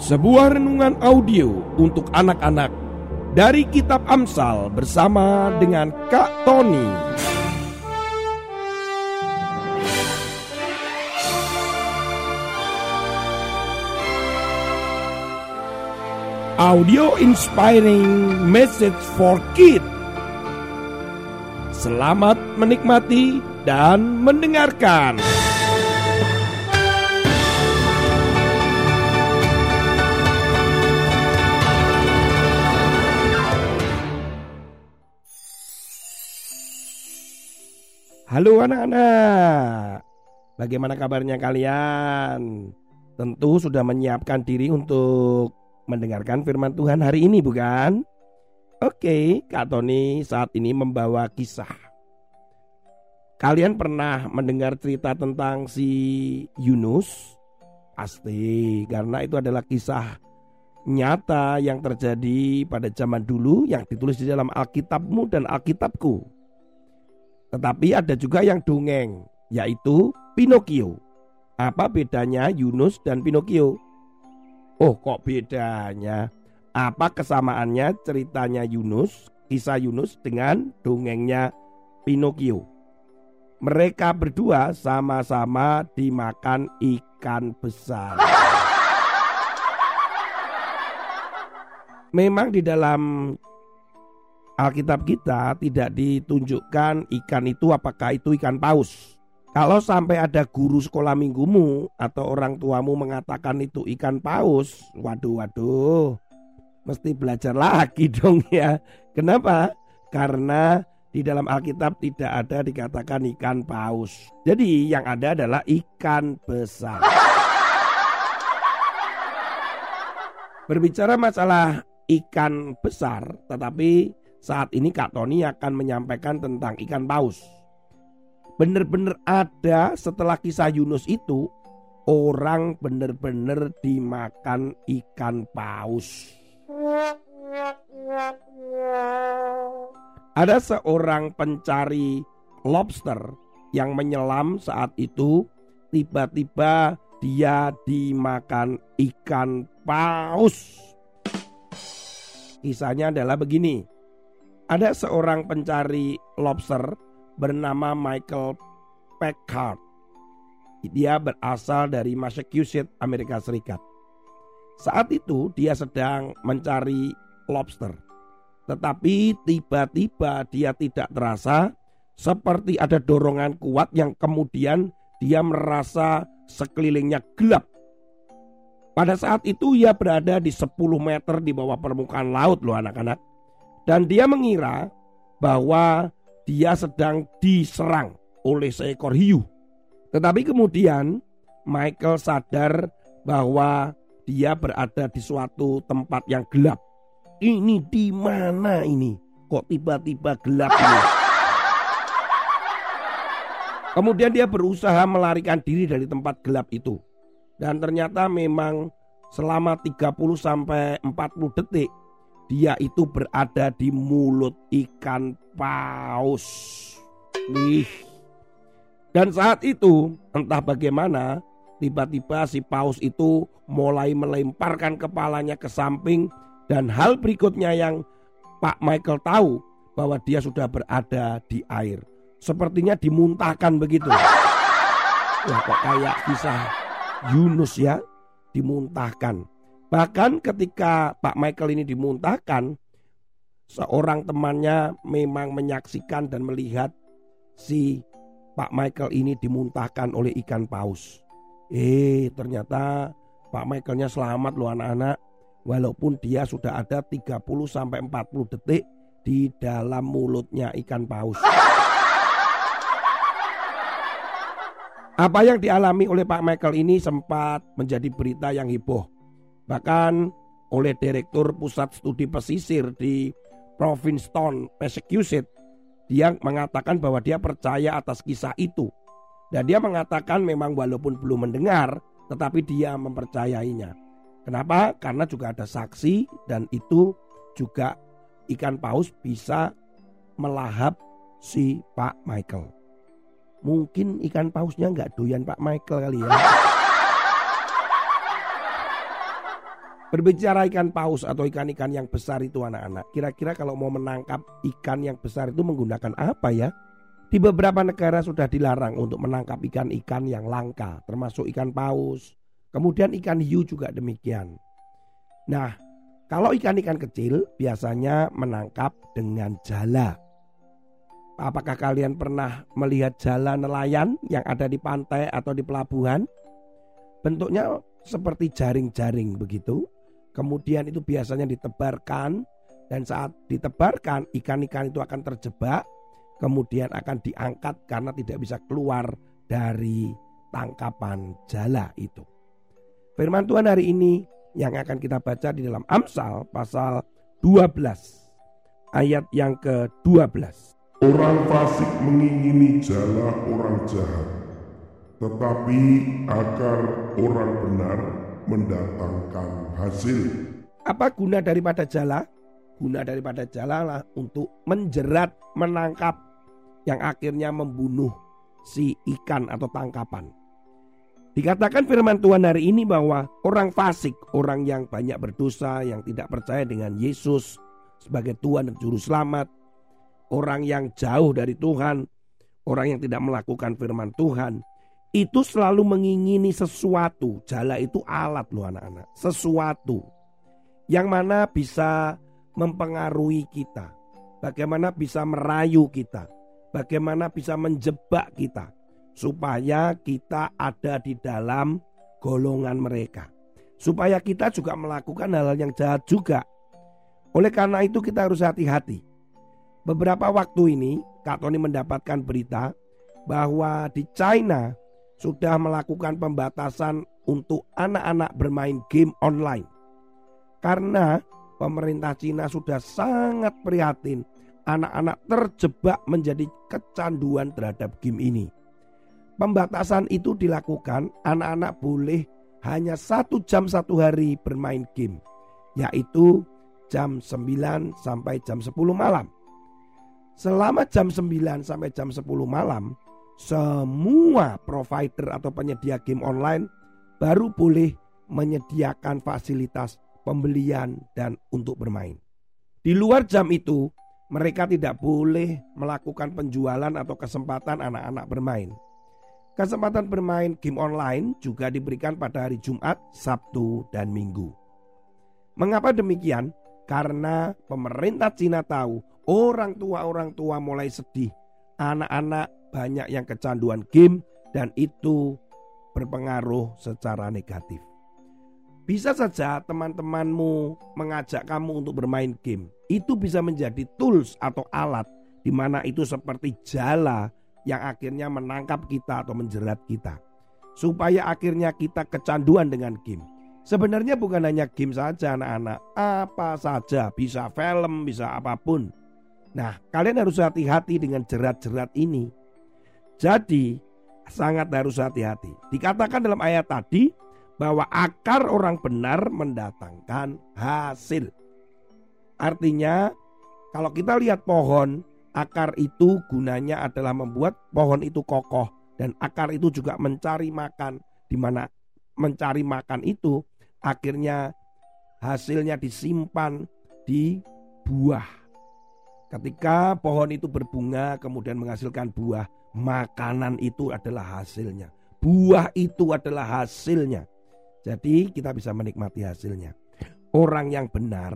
Sebuah renungan audio untuk anak-anak dari Kitab Amsal bersama dengan Kak Tony. Audio inspiring message for kids. Selamat menikmati dan mendengarkan. Halo anak-anak, bagaimana kabarnya kalian? Tentu sudah menyiapkan diri untuk mendengarkan firman Tuhan hari ini, bukan? Oke, Kak Tony saat ini membawa kisah. Kalian pernah mendengar cerita tentang si Yunus? Pasti, karena itu adalah kisah nyata yang terjadi pada zaman dulu yang ditulis di dalam Alkitabmu dan Alkitabku. Tetapi ada juga yang dongeng, yaitu Pinocchio. Apa bedanya Yunus dan Pinocchio? Oh, kok bedanya? Apa kesamaannya ceritanya Yunus, kisah Yunus dengan dongengnya Pinocchio? Mereka berdua sama-sama dimakan ikan besar. Memang di dalam Alkitab kita tidak ditunjukkan ikan itu apakah itu ikan paus. Kalau sampai ada guru sekolah minggumu atau orang tuamu mengatakan itu ikan paus, waduh, mesti belajar lagi dong ya. Kenapa? Karena di dalam Alkitab tidak ada dikatakan ikan paus. Jadi yang ada adalah ikan besar. Berbicara masalah ikan besar, tetapi saat ini Kak Tony akan menyampaikan tentang ikan paus. Benar-benar ada setelah kisah Yunus itu, orang benar-benar dimakan ikan paus. Ada seorang pencari lobster yang menyelam saat itu, tiba-tiba dia dimakan ikan paus. Kisahnya adalah begini. Ada seorang pencari lobster bernama Michael Packard. Dia berasal dari Massachusetts, Amerika Serikat. Saat itu dia sedang mencari lobster. Tetapi tiba-tiba dia tidak terasa seperti ada dorongan kuat yang kemudian dia merasa sekelilingnya gelap. Pada saat itu ia berada di 10 meter di bawah permukaan laut loh anak-anak. Dan dia mengira bahwa dia sedang diserang oleh seekor hiu. Tetapi kemudian Michael sadar bahwa dia berada di suatu tempat yang gelap. Ini di mana ini? Kok tiba-tiba gelap ini? Kemudian dia berusaha melarikan diri dari tempat gelap itu. Dan ternyata memang selama 30-40 detik dia itu berada di mulut ikan paus. Dan saat itu entah bagaimana tiba-tiba si paus itu mulai melemparkan kepalanya ke samping. Dan hal berikutnya yang Pak Michael tahu bahwa dia sudah berada di air. Sepertinya dimuntahkan begitu. Wah, kok kayak kisah Yunus ya, dimuntahkan. Bahkan ketika Pak Michael ini dimuntahkan, seorang temannya memang menyaksikan dan melihat si Pak Michael ini dimuntahkan oleh ikan paus. Ternyata Pak Michaelnya selamat loh anak-anak. Walaupun dia sudah ada 30-40 detik di dalam mulutnya ikan paus. Apa yang dialami oleh Pak Michael ini sempat menjadi berita yang heboh. Bahkan oleh Direktur Pusat Studi Pesisir di Provincetown, Massachusetts. Dia mengatakan bahwa dia percaya atas kisah itu. Dan dia mengatakan memang walaupun belum mendengar, tetapi dia mempercayainya. Kenapa? Karena juga ada saksi dan itu juga ikan paus bisa melahap si Pak Michael. Mungkin ikan pausnya nggak doyan Pak Michael kali ya. Berbicara ikan paus atau ikan-ikan yang besar itu anak-anak, kira-kira kalau mau menangkap ikan yang besar itu menggunakan apa ya? Di beberapa negara sudah dilarang untuk menangkap ikan-ikan yang langka, termasuk ikan paus. Kemudian ikan hiu juga demikian. Nah, kalau ikan-ikan kecil biasanya menangkap dengan jala. Apakah kalian pernah melihat jala nelayan yang ada di pantai atau di pelabuhan? Bentuknya seperti jaring-jaring begitu. Kemudian itu biasanya ditebarkan, dan saat ditebarkan ikan-ikan itu akan terjebak, kemudian akan diangkat karena tidak bisa keluar dari tangkapan jala itu. Firman Tuhan hari ini yang akan kita baca di dalam Amsal pasal 12 ayat yang ke-12. Orang fasik mengingini jala orang jahat, tetapi akar orang benar mendatangkan hasil. Apa guna daripada jala? Guna daripada jala lah untuk menjerat, menangkap, yang akhirnya membunuh si ikan atau tangkapan. Dikatakan firman Tuhan hari ini bahwa orang fasik, orang yang banyak berdosa, yang tidak percaya dengan Yesus sebagai Tuhan dan Juru Selamat, orang yang jauh dari Tuhan, orang yang tidak melakukan firman Tuhan, itu selalu mengingini sesuatu. Jala itu alat loh anak-anak, sesuatu yang mana bisa mempengaruhi kita, bagaimana bisa merayu kita, bagaimana bisa menjebak kita, supaya kita ada di dalam golongan mereka, supaya kita juga melakukan hal-hal yang jahat juga. Oleh karena itu kita harus hati-hati. Beberapa waktu ini Kak Tony mendapatkan berita bahwa di China sudah melakukan pembatasan untuk anak-anak bermain game online. Karena pemerintah Cina sudah sangat prihatin anak-anak terjebak menjadi kecanduan terhadap game ini. Pembatasan itu dilakukan, anak-anak boleh hanya 1 jam 1 hari bermain game, yaitu jam 9 sampai jam 10 malam. Selama jam 9 sampai jam 10 malam, semua provider atau penyedia game online baru boleh menyediakan fasilitas pembelian dan untuk bermain. Di luar jam itu, mereka tidak boleh melakukan penjualan atau kesempatan anak-anak bermain. Kesempatan bermain game online juga diberikan pada hari Jumat, Sabtu, dan Minggu. Mengapa demikian? Karena pemerintah Cina tahu orang tua mulai sedih. Anak-anak banyak yang kecanduan game dan itu berpengaruh secara negatif. Bisa saja teman-temanmu mengajak kamu untuk bermain game. Itu bisa menjadi tools atau alat di mana itu seperti jala yang akhirnya menangkap kita atau menjerat kita. Supaya akhirnya kita kecanduan dengan game. Sebenarnya bukan hanya game saja anak-anak, apa saja, bisa film, bisa apapun. Nah, kalian harus hati-hati dengan jerat-jerat ini. Jadi, sangat harus hati-hati. Dikatakan dalam ayat tadi bahwa akar orang benar mendatangkan hasil. Artinya, kalau kita lihat pohon, akar itu gunanya adalah membuat pohon itu kokoh. Dan akar itu juga mencari makan. Di mana mencari makan itu akhirnya hasilnya disimpan di buah. Ketika pohon itu berbunga kemudian menghasilkan buah, makanan itu adalah hasilnya. Buah itu adalah hasilnya. Jadi kita bisa menikmati hasilnya. Orang yang benar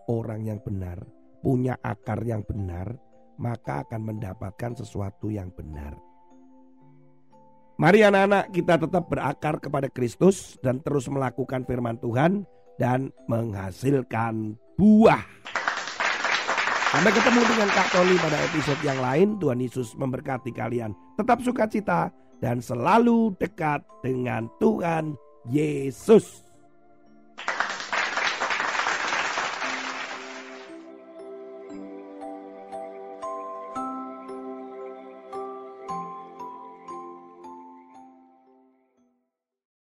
punya akar yang benar, maka akan mendapatkan sesuatu yang benar. Mari anak-anak kita tetap berakar kepada Kristus dan terus melakukan firman Tuhan dan menghasilkan buah. Sampai ketemu dengan Kak Tony pada episode yang lain. Tuhan Yesus memberkati kalian. Tetap sukacita dan selalu dekat dengan Tuhan Yesus.